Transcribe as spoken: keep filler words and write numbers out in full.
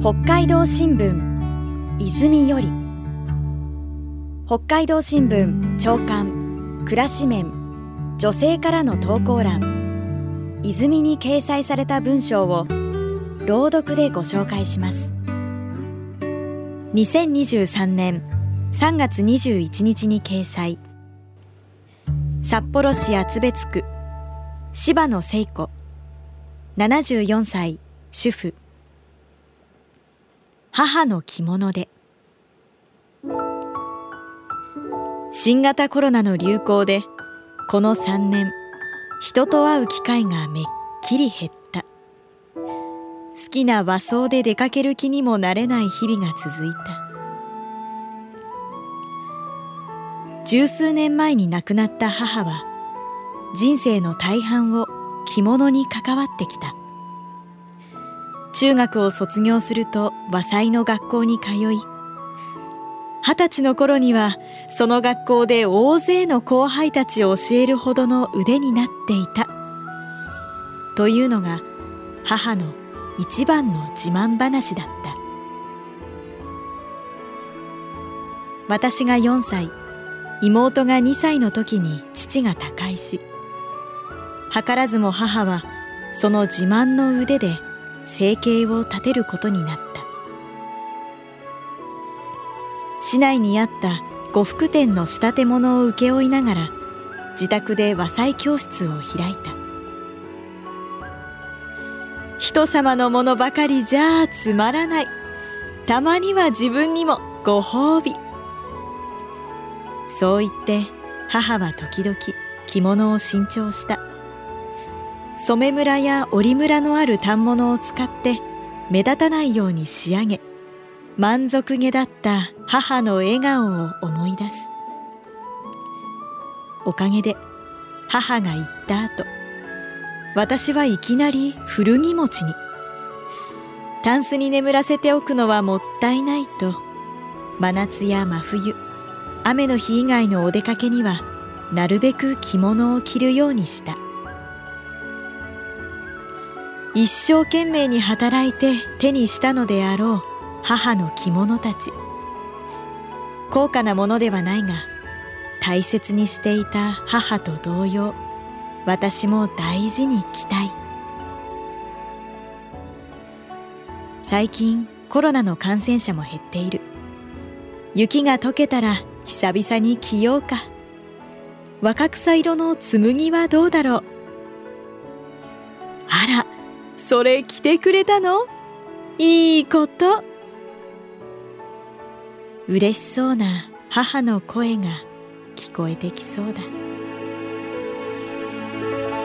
北海道新聞泉より、北海道新聞朝刊暮らし面女性からの投稿欄、泉に掲載された文章を朗読でご紹介します。にせんにじゅうさんねんさんがつにじゅういちにちに掲載。札幌市厚別区柴野聖子、ななじゅうよんさい、主婦。母の着物で。新型コロナの流行でこのさんねん、人と会う機会がめっきり減った。好きな和装で出かける気にもなれない日々が続いた。十数年前に亡くなった母は、人生の大半を着物に関わってきた。中学を卒業すると和裁の学校に通い、二十歳の頃にはその学校で大勢の後輩たちを教えるほどの腕になっていたというのが母の一番の自慢話だった。私がよんさい、妹がにさいの時に父が他界し、図らずも母はその自慢の腕で生計を立てることになった。市内にあった呉服店の仕立て物を請け負いながら自宅で和裁教室を開いた。人様のものばかりじゃつまらない、たまには自分にもご褒美。そう言って母は時々着物を新調した。染めムラや織りムラのある反物を使って目立たないように仕上げ、満足げだった母の笑顔を思い出す。おかげで母が行った後、私はいきなり古着持ちに。タンスに眠らせておくのはもったいないと、真夏や真冬、雨の日以外のお出かけにはなるべく着物を着るようにした。一生懸命に働いて手にしたのであろう母の着物たち。高価なものではないが、大切にしていた母と同様、私も大事に着たい。最近コロナの感染者も減っている。雪が溶けたら久々に着ようか。若草色の紬はどうだろう。あら、それ着てくれたの？いいこと。嬉しそうな母の声が聞こえてきそうだ。